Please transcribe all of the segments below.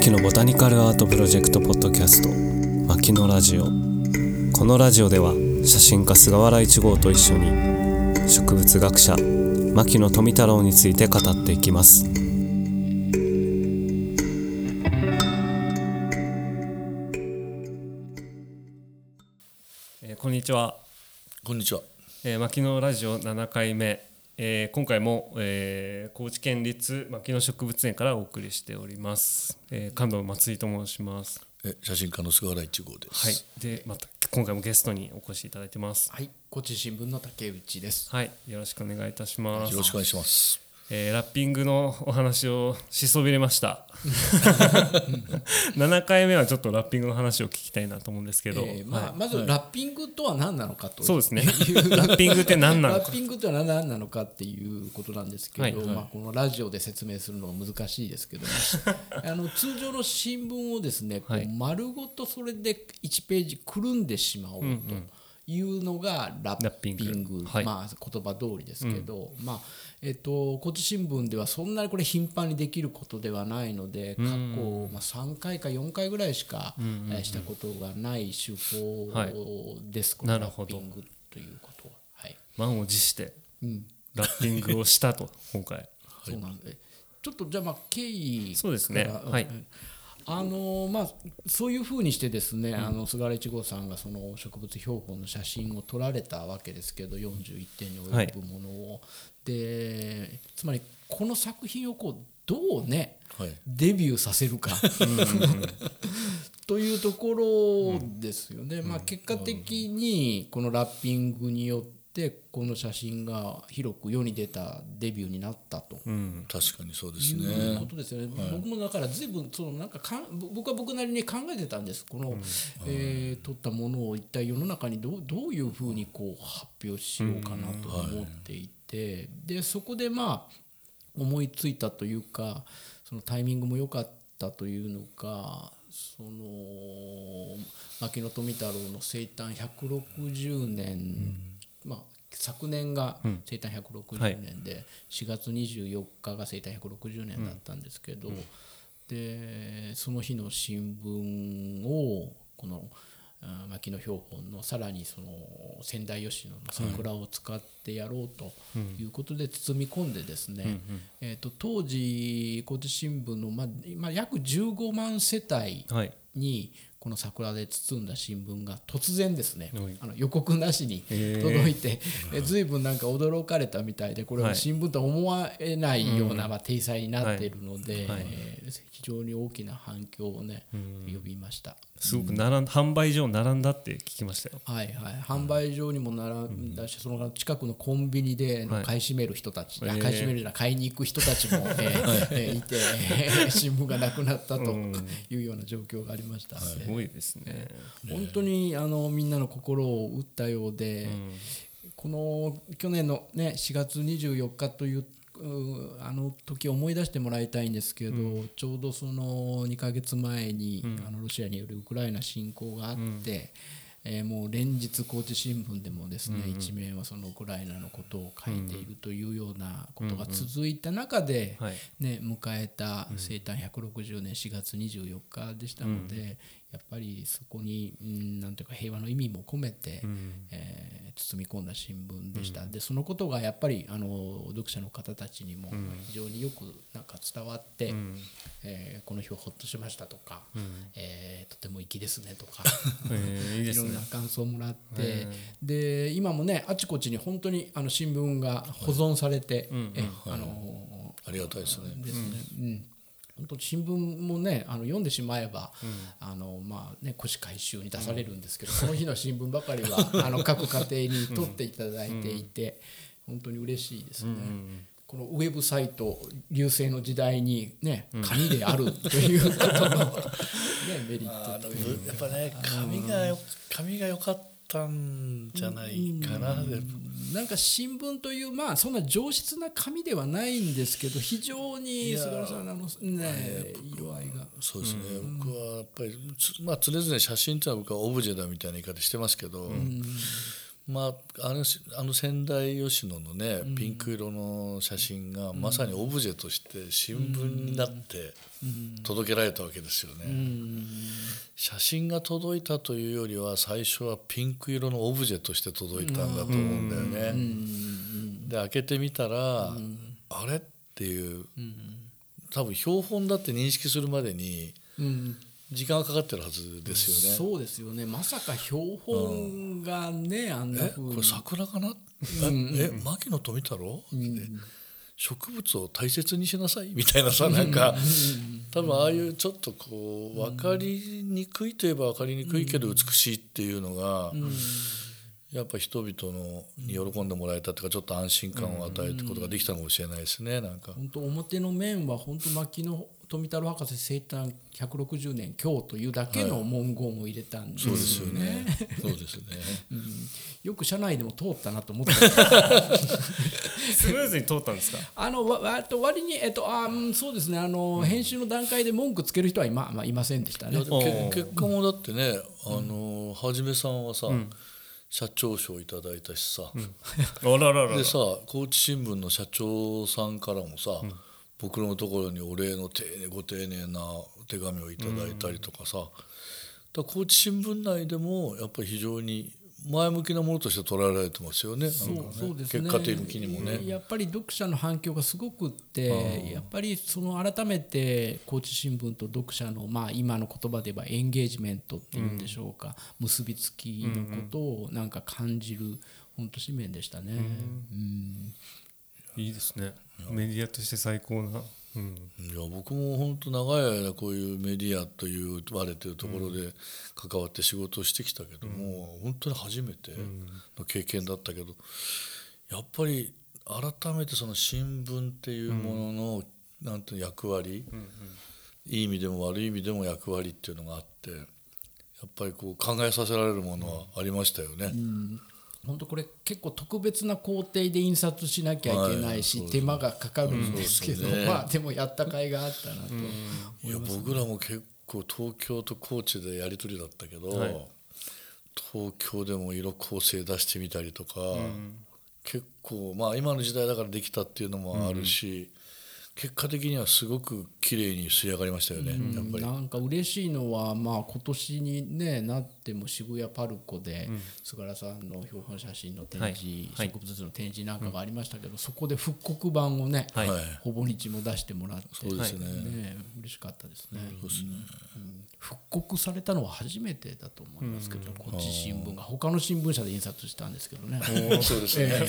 牧野ボタニカルアートプロジェクトポッドキャスト牧野ラジオ。このラジオでは写真家菅原一号と一緒に植物学者牧野富太郎について語っていきます。こんにちは。 こんにちは。 牧野ラジオ7回目、今回も、高知県立牧野植物園からお送りしております。関東松井と申します。 写真家の菅原一号です。 はい。でまた今回もゲストにお越しいただいてます。 はい、高知新聞の竹内です。 はい、よろしくお願いいたします。 よろしくお願いします。 ラッピングのお話をしそびれました7回目はちょっとラッピングの話を聞きたいなと思うんですけど、 まずラッピングとは何なのかと、 そうですねラッピングって何なのかラッピングとは何なのかっていうことなんですけど、このラジオで説明するのが難しいですけども通常の新聞をですね、こう丸ごとそれで1ページくるんでしまおうというのがラッピング、言葉通りですけど、高知新聞ではそんなにこれ頻繁にできることではないので、過去3回か4回ぐらいしかしたことがない手法です、このラッピングということは。 満を持してラッピングをしたと今回そうなんで、ちょっとじゃあ経緯から、 そうですね、 そういうふうにしてですね、菅原一号さんがその植物標本の写真を撮られたわけですけど、41点に及ぶものを、でつまりこの作品をこうどうね、デビューさせるかというところですよね。結果的にこのラッピングによってこの写真が広く世に出たデビューになったと、 確かにそうですね。 いうことですよね。僕もだから随分僕は僕なりに考えてたんです。この、撮ったものを一体世の中にどういうふうにこう発表しようかなと思っていて、でそこで思いついたというか、そのタイミングも良かったというのか、その牧野富太郎の生誕160年、昨年が生誕160年で、4月24日が生誕160年だったんですけど、でその日の新聞をこの牧野標本のさらにその仙台吉野の桜を使ってやろうということで包み込んでですね、当時高知新聞の約15万世帯にこの桜で包んだ新聞が突然ですね、予告なしに届いて、随分なんか驚かれたみたいで、これは新聞とは思えないような体裁になっているので、非常に大きな反響をね呼びました。 すごく販売所並んだって聞きましたよ。 販売所にも並んだし、その近くのコンビニで買い占める人たち、買い占めるじゃない、買いに行く人たちもいて、新聞がなくなったというような状況がありました。 すごいですね。 本当にみんなの心を打ったようで、この去年のね4月24日というあの時を思い出してもらいたいんですけど、ちょうどその2ヶ月前にロシアによるウクライナ侵攻があって、もう連日高知新聞でもですね、一面はそのウクライナのことを書いているというようなことが続いた中で、迎えた生誕160年4月24日でしたので、やっぱりそこになんていうか平和の意味も込めて、包み込んだ新聞でした。でそのことがやっぱり読者の方たちにも非常によくなんか伝わって、この日はほっとしましたとか、とても粋ですねとかいろんな感想をもらって、で今もねあちこちに本当に新聞が保存されて、 ありがたいですね。 本当新聞もね読んでしまえば、古紙回収に出されるんですけど、その日の新聞ばかりは各家庭に取っていただいていて、本当に嬉しいですね。このウェブサイト隆盛の時代にね紙であるということの、メリットというか、 やっぱね紙が良かったんじゃないかな。 なんか新聞というそんな上質な紙ではないんですけど、非常に菅原さん色合いがそうですね。僕はやっぱり常々写真っていうのは僕はオブジェだみたいな言い方してますけど、 あの仙台吉野のね、ピンク色の写真がまさにオブジェとして新聞になって届けられたわけですよね。写真が届いたというよりは最初はピンク色のオブジェとして届いたんだと思うんだよね。で開けてみたら、あれっていう、多分標本だって認識するまでに時間がかかってるはずですよね。 そうですよね。まさか標本がね、あんな風にこれ桜かな、牧野富太郎、植物を大切にしなさいみたいなさ、なんか多分ああいうちょっとこう分かりにくいといえば分かりにくいけど美しいっていうのが、やっぱ人々に喜んでもらえたというか、ちょっと安心感を与えることができたのかもしれないですね。なんか本当表の面は本当牧野富太郎博士生誕160年今日というだけの文言を入れたんですよね。 そうですよね。そうですね。 よく社内でも通ったなと思ってスムーズに通ったんですか？ 割に、そうですね、編集の段階で文句つける人はいませんでしたね。 結果もだってね、はじめさんはさ、社長賞いただいたしさ、でさ、高知新聞の社長さんからもさ、僕のところにお礼のご丁寧な手紙をいただいたりとかさ、高知新聞内でもやっぱり非常に前向きなものとして捉えられてますよね。 そうですね。 結果的にもね。 やっぱり読者の反響がすごくって、やっぱりその改めて高知新聞と読者の、今の言葉で言えばエンゲージメントっていうんでしょうか、結びつきのことをなんか感じる本当紙面でしたね。 いいですね。メディアとして最高な。 いや僕も本当長い間こういうメディアという言われているところで関わって仕事をしてきたけども、本当に初めての経験だったけど、やっぱり改めてその新聞っていうもののなんていう役割、いい意味でも悪い意味でも役割っていうのがあって、やっぱりこう考えさせられるものはありましたよね。 本当これ結構特別な工程で印刷しなきゃいけないし、手間がかかるんですけど、でもやった甲斐があったなと思います。 僕らも結構東京と高知でやり取りだったけど、東京でも色構成出してみたりとか、結構今の時代だからできたっていうのもあるし、結果的にはすごく綺麗に仕上がりましたよね。やっぱりなんか嬉しいのは、今年に、なっても渋谷パルコで菅原さんの標本写真の展示、植物の展示なんかがありましたけど、そこで復刻版をね、ほぼ日も出してもらって、 そうですね、 嬉しかったですね。復刻されたのは初めてだと思いますけど、こっち新聞が他の新聞社で印刷したんですけどね。 そうですね。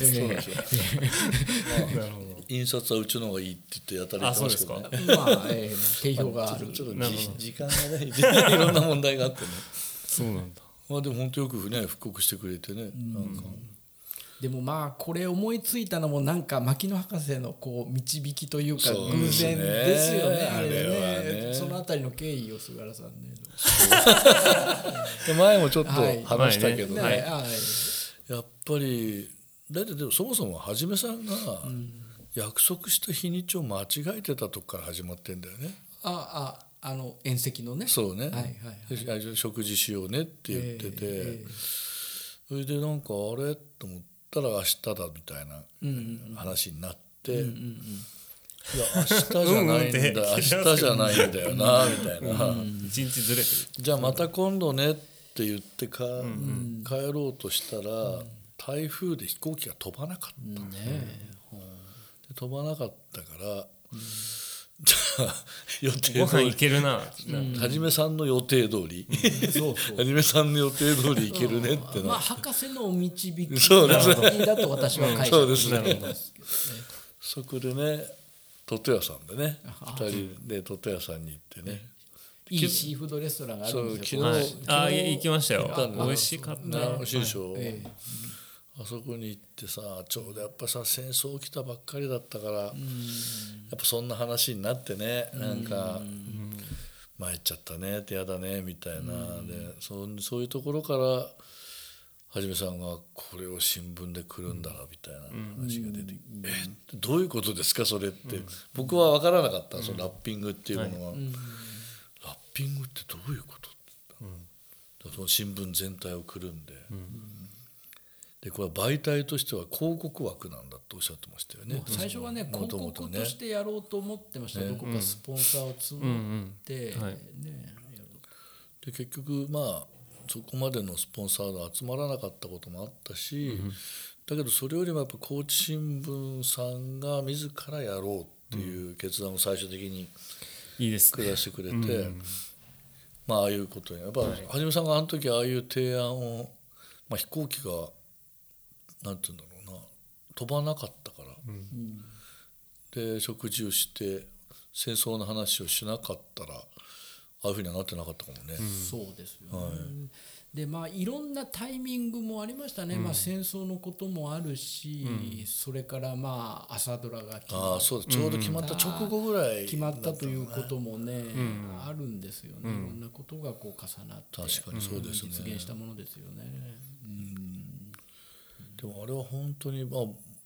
印刷はうちの方がいいって言ってやったりしてますけどね。 定評がある。 ちょっと時間がないいろんな問題があってね。 そうなんだ。 でも本当よくね復刻してくれてね。なんかでもこれ思いついたのもなんか牧野博士のこう導きというか偶然ですよね。あれね。そのあたりの経緯を菅原さんね。 前もちょっと話したけどね。やっぱりだってでもそもそもはじめさんが約束した日にちを間違えてたとこから始まってんだよね。 宴席のね。 そうね。食事しようねって言ってて、それでなんかあれと思ったら明日だみたいな話になって、いや明日じゃないんだ、明日じゃないんだよなみたいな。 一日ずれてる。でじゃあまた今度ねって言って帰ろうとしたら、台風で飛行機が飛ばなかった、飛ばなかったから、じゃあ予定通りご飯行けるな、 はじめさんの予定通りはじめさんの予定通り行けるねってな、 博士のお導きだと私は解釈してるんですけどね。 そこでねトト屋さんでね2人でトト屋さんに行ってね、 いいシーフードレストランがあるんですよ。 昨日行きましたよ。美味しかった。 美味しいでしょ。あそこに行ってさ、ちょうどやっぱさ戦争起きたばっかりだったから、やっぱそんな話になってね、なんか参っちゃったねってやだねみたいな、でそういうところからはじめさんがこれを新聞で来るんだなみたいな話が出て、どういうことですかそれって、僕は分からなかった、そのラッピングっていうものは、ラッピングってどういうことって言った、その新聞全体をくるんで、 でこれは媒体としては広告枠なんだとおっしゃってましたよね。 最初はね広告としてやろうと思ってました、どこかスポンサーを募ってね、 で結局そこまでのスポンサーが集まらなかったこともあったし、だけどそれよりもやっぱ高知新聞さんが自らやろうっていう決断を最終的に下してくれて、ああいうことにやっぱはじめさんがあの時ああいう提案を、飛行機がなんていうんだろうな飛ばなかったから、で食事をして戦争の話をしなかったらああいうふうにはなってなかったかもね。 そうですよね。でいろんなタイミングもありましたね。戦争のこともあるし、それから朝ドラが決まった、 そうちょうど決まった直後ぐらい決まったということもね、あるんですよね。いろんなことがこう重なって確かにそうですね、 実現したものですよね。 でもあれは本当に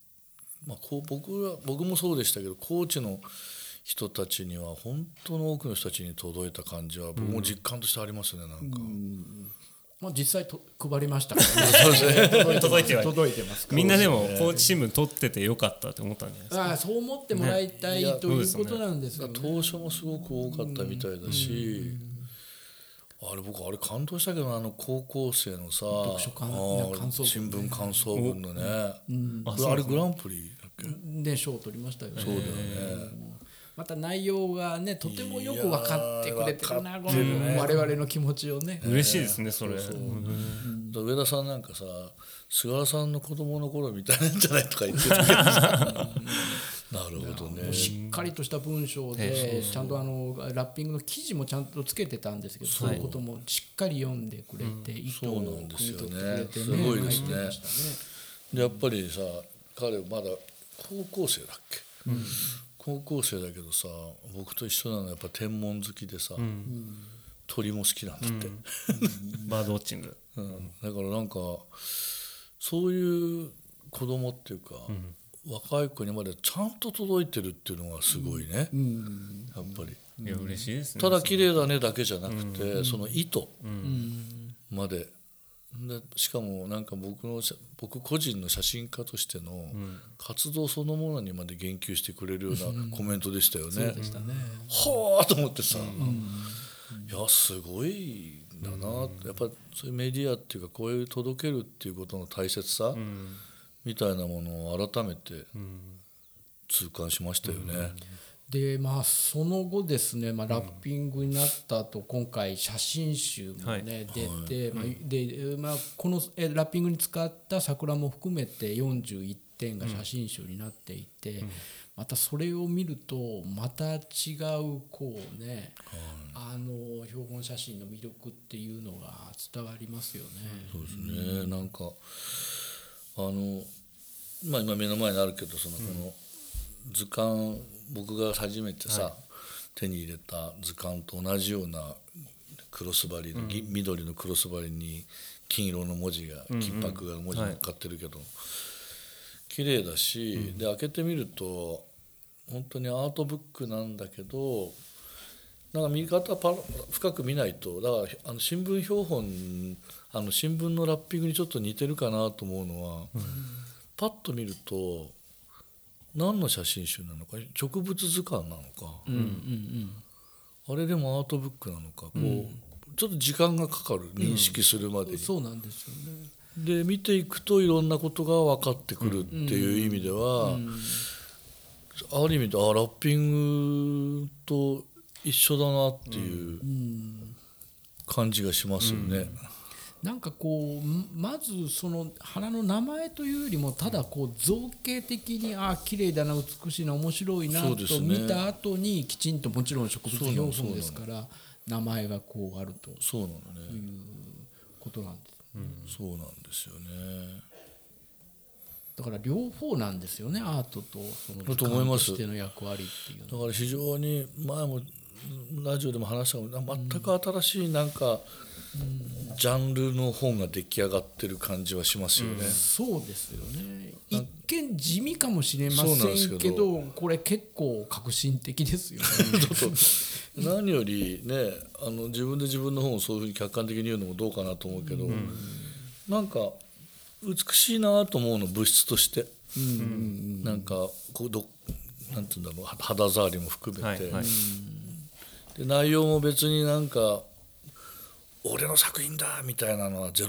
僕もそうでしたけど高知の人たちには本当の多くの人たちに届いた感じは僕も実感としてありますね。なんか、 実際配りましたからね。届いてますから。 みんなでも高知新聞撮っててよかったって思ったんじゃないですか。 そう思ってもらいたい、ということなんですよね。 当初もすごく多かったみたいだし、僕あれ感動したけど高校生のさ新聞感想文のね、あれグランプリだっけで賞を取りましたよね。 そうだよね。 また内容がねとてもよく分かってくれてるな、我々の気持ちをね。 嬉しいですねそれ。 上田さんなんかさ菅原さんの子供の頃みたいなんじゃないとか言ってたけどなるほどね。 しっかりとした文章でちゃんとラッピングの記事もちゃんとつけてたんですけど、そういうこともしっかり読んでくれて、意図を汲み取ってくれてね、 すごいですね。でやっぱりさ彼まだ高校生だっけ、高校生だけどさ僕と一緒なのはやっぱ天文好きでさ、鳥も好きなんだって、 バードウォッチング、 だからなんかそういう子供っていうか、若い子にまでちゃんと届いてるっていうのがすごいね、やっぱり。 いや嬉しいですね。 ただ綺麗だねだけじゃなくて、その意図まで、しかもなんか僕個人の写真家としての活動そのものにまで言及してくれるようなコメントでしたよね。 そうでしたね。 はあと思ってさ、いやすごいんだな、やっぱそういうメディアっていうかこういう届けるっていうことの大切さみたいなものを改めて痛感しましたよね。 でその後ですね、ラッピングになった後、今回写真集もね、出て、でこのラッピングに使った桜も含めて41点が写真集になっていて、またそれを見るとまた違うこうね、標本写真の魅力っていうのが伝わりますよね。 そうですね。なんか今目の前にあるけどこの図鑑、僕が初めてさ、手に入れた図鑑と同じようなクロス張りの、緑のクロス張りに金色の文字が、金箔が文字に乗っかってるけど、綺麗だし、で開けてみると本当にアートブックなんだけど、なんか見方深く見ないと、だから新聞標本新聞のラッピングにちょっと似てるかなと思うのは、パッと見ると何の写真集なのか、植物図鑑なのか、あれでもアートブックなのか、ちょっと時間がかかる、認識するまでに。 そうなんですよね。 で見ていくといろんなことが分かってくるっていう意味では、ある意味でラッピングと一緒だなっていう感じがしますよね。 なんかこうまずその花の名前というよりも、ただこう造形的に綺麗だな、美しいな、面白いなと見た後に、きちんともちろん植物標本ですから名前がこうあるということなんです。 そうなんですよね。 だから両方なんですよね、アートとその図鑑としての役割っていうのは。 だから非常に前もラジオでも話したけど、全く新しいなんかジャンルの本が出来上がってる感じはしますよね。 そうですよね。一見地味かもしれませんけど、これ結構革新的ですよね。 何よりね、自分で自分の本をそういうふうに客観的に言うのもどうかなと思うけど、なんか美しいなと思うの、物質として、なんかこうなんていうんだろう、肌触りも含めて、 はいはい、 で内容も別になんか俺の作品だみたいなのは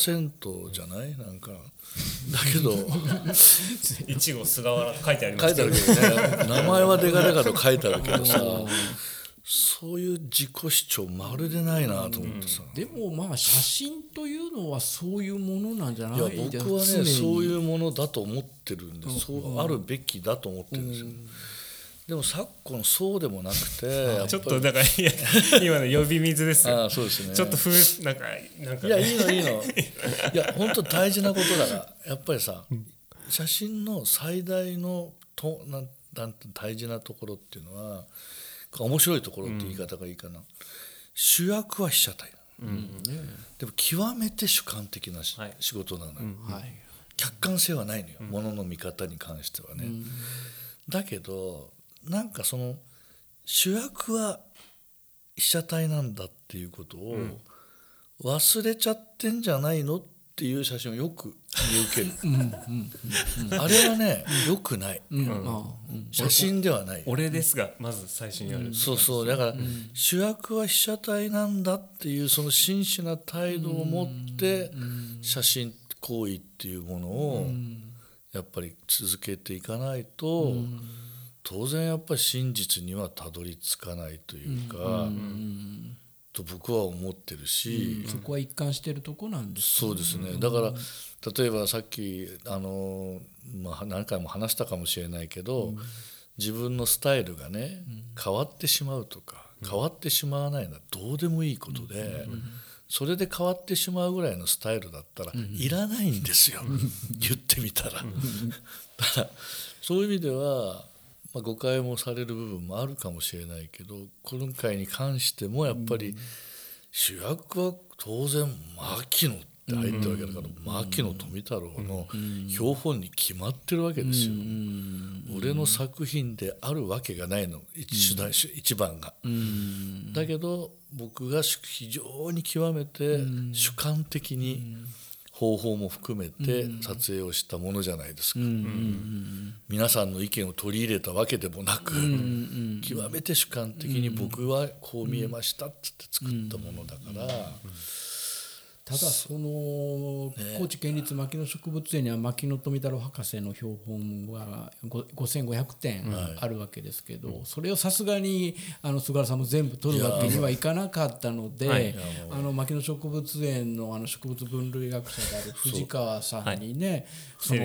0% じゃない、なんかだけどいちご菅原書いてありま書いてあすけどるけどね、名前はデカデカと書いてあるけどさ、そういう自己主張まるでないなと思ってさ、 でもまあ写真というのはそういうものなんじゃないいやですか。 僕はね常にそういうものだと思ってるんで、そうあるべきだと思ってるんですよ。でも昨今そうでもなくて、やっぱりちょっとだからいや今の呼び水ですよ。 そうですね、 ちょっとなんか、 いやいいのいいのいや本当大事なことだから、やっぱりさ、写真の最大のなんて大事なところっていうのは、面白いところって言い方がいいかな、主役は被写体なの、でも極めて主観的な仕事なのよ、客観性はないのよ、ものの見方に関してはね、だけどなんかその主役は被写体なんだっていうことを忘れちゃってんじゃないのっていう写真をよく見受けるあれはねよくない、写真ではない、 俺ですがまず最初にやる、 そうそうだから、主役は被写体なんだっていうその真摯な態度を持って写真行為っていうものをやっぱり続けていかないと、当然やっぱり真実にはたどり着かないというか、と僕は思ってるし、 そこは一貫してるとこなんです、 そうですね。だから例えばさっき何回も話したかもしれないけど、自分のスタイルがね、変わってしまうとか、変わってしまわないのはどうでもいいことで、それで変わってしまうぐらいのスタイルだったらいらないんですよ、言ってみたら。だからそういう意味では、誤解もされる部分もあるかもしれないけど、今回に関してもやっぱり主役は当然牧野って入ってるわけだから、牧野富太郎の標本に決まってるわけですよ。俺の作品であるわけがないの、一番が。だけど僕が非常に極めて主観的に方法も含めて撮影をしたものじゃないですか。皆さんの意見を取り入れたわけでもなく、極めて主観的に僕はこう見えましたって作ったものだから、 ただその高知県立牧野植物園には牧野富太郎博士の標本は5500点あるわけですけど、それをさすがに菅原さんも全部取るわけにはいかなかったので、牧野植物園の植物分類学者である藤川さんにね、その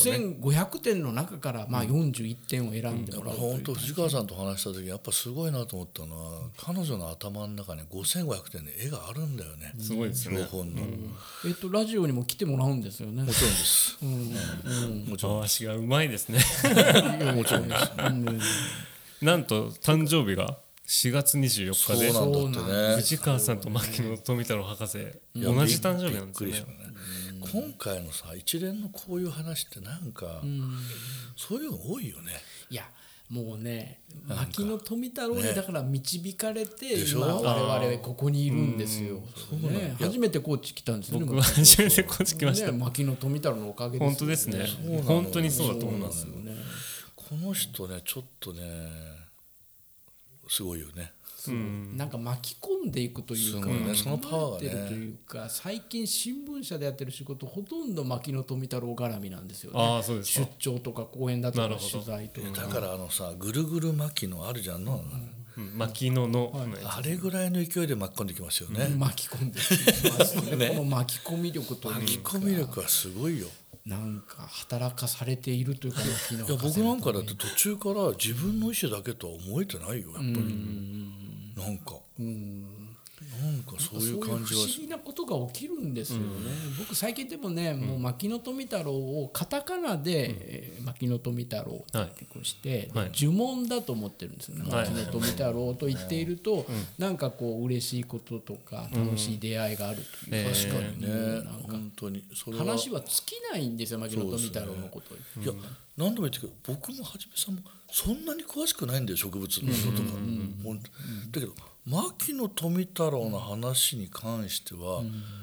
5500点の中から41点を選んでもらうという。 本当藤川さんと話した時やっぱすごいなと思ったのは、彼女の頭の中に5500点で絵があるんだよね。 すごいですね。 標本のラジオにも来てもらうんですよね。 もちろんです。 もちろん足がうまいですね。 もちろんです。 なんと誕生日が4月24日で、 そうなんだってね。 藤川さんと牧野富太郎博士同じ誕生日なんですね。 今回のさ一連のこういう話ってなんかそういうの多いよね。 いやもうね、牧野富太郎にだから導かれて今我々ここにいるんですよ。初めて高知来たんですね。 僕は初めて高知来ました。 牧野富太郎のおかげです。 本当ですね。本当にそうだと思いますよね。 この人ねちょっとねすごいよね。 なんか巻き込んでいくというか、 そのパワーがね、 というか、最近新聞社でやってる仕事ほとんど牧野富太郎絡みなんですよね。 そうですか。 出張とか講演だとか取材とか。 だからさぐるぐる牧野あるじゃんの。 牧野のあれぐらいの勢いで巻き込んできますよね。 巻き込んできますね。この巻き込み力というか。 巻き込み力はすごいよ。 なんか働かされているというか、 僕なんかだって途中から自分の意思だけとは思えてないよやっぱり。なんかそういう感じは不思議なことが起きるんですよね。僕最近でもね、もう牧野富太郎をカタカナで牧野富太郎として呪文だと思ってるんですよね。牧野富太郎と言っているとなんかこう嬉しいこととか楽しい出会いがあるという。 確かにね、本当に話は尽きないんですよ、牧野富太郎のことに。 いや何度も言ってるけど、僕もはじめさんもそんなに詳しくないんだよ植物のこととか。だけど牧野富太郎の話に関しては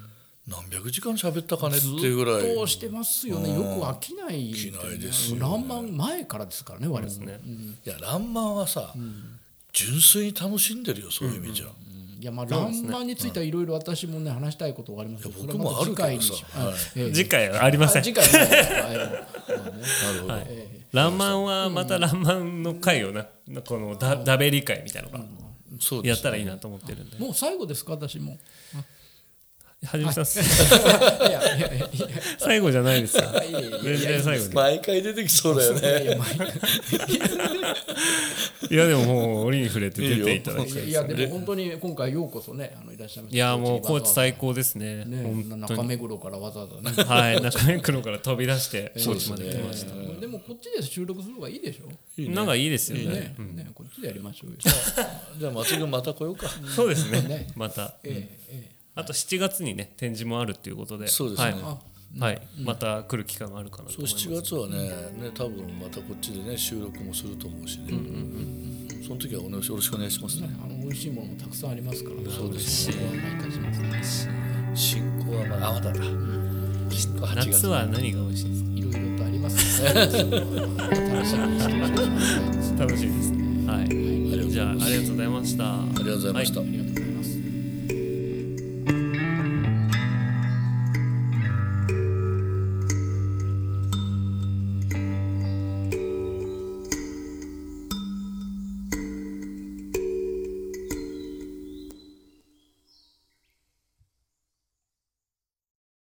何百時間喋ったかねっていうぐらいずっとしてますよね。よく飽きない、 飽きないですよね。 らんまん前からですからね、我々ね。 いやらんまんはさ、純粋に楽しんでるよ、そういう意味じゃ。 いやまあらんまんについてはいろいろ私もね話したいことがありますけど、 僕もあるけどさ、 次回はありません。 次回はなるほど。 らんまんはまたらんまんの会をな、このだべり会みたいなのがやったらいいなと思ってるんで。 もう最後ですか、私も。 はじめさん、 いや最後じゃないですよ。全然最後で。 毎回出てきそうだよね。 いやでももう折に触れて出ていただきたいです。 いやでも本当に今回ようこそねいらっしゃいました。 いやもう高知最高ですね。 中目黒からわざわざね。 はい、中目黒から飛び出して高知まで来ました。 でもこっちで収録する方がいいでしょ。 なんかいいですよね。 こっちでやりましょうよ。 じゃあ松井君また来ようか。 そうですね。また。あと7月にね展示もあるっていうことで。 そうですね。 はい、また来る期間があるかなと思います。 7月はね多分またこっちでね収録もすると思うしね。その時はよろしくお願いしますね。 美味しいものもたくさんありますからね。 そうですね。 進行はまだだ。 夏は何が美味しいですか。 いろいろとありますね。楽しみですね。 はい。じゃあありがとうございました。 ありがとうございました。